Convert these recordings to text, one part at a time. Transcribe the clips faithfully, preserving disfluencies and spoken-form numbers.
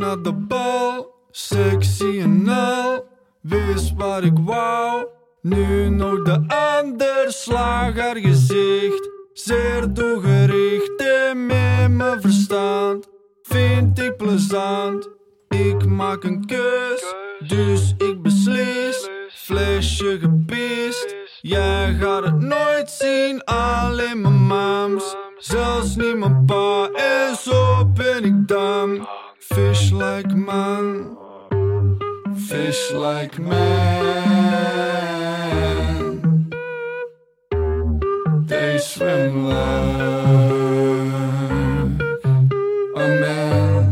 naar de bal, sexy en al, wist wat ik wou. Nu nog de ander slaag haar gezicht, zeer doelgericht en met mijn verstand. Vind ik plezant, ik maak een keus, dus ik beslis. Flesje gepist, jij gaat het nooit zien, alleen mijn mams, zelfs niet mijn pa, en zo ben ik dan. Fish like man, fish like man, they swim like a man.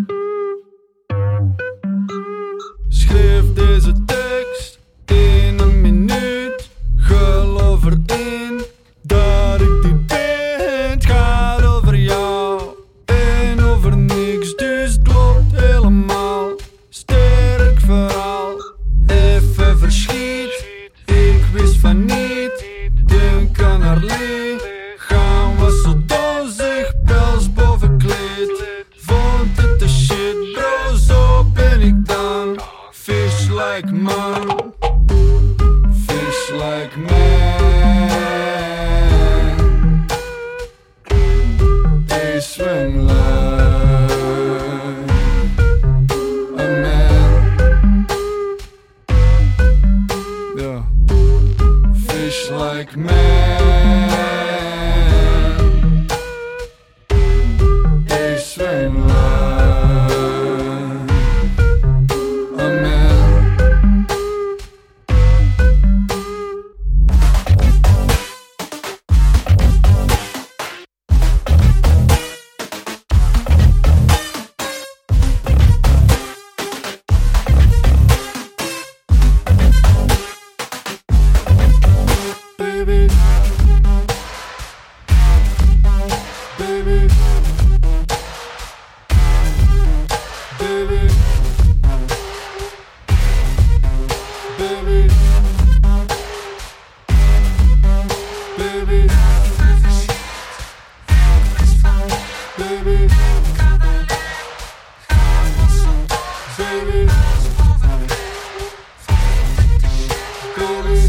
Schreef deze tekst in een minuut, geloof erin dat ik die ben. Het gaat over jou en over niks, dus het klopt helemaal. Sterk verhaal, even verschiet, ik wist van niet. Denk aan haar lichaam, was zo donzig, pels boven kleed. Vond het de shit, bro, zo ben ik dan. Fish like man, fish like man, they swim like a man. Yeah. Fish like man, they swim like a man. Baby, baby, baby, baby, baby, baby, baby, baby.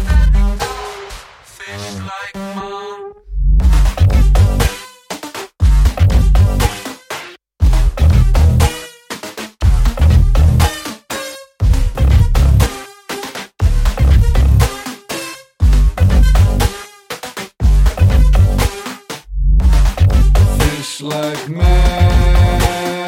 Fish like mom. Fish like man.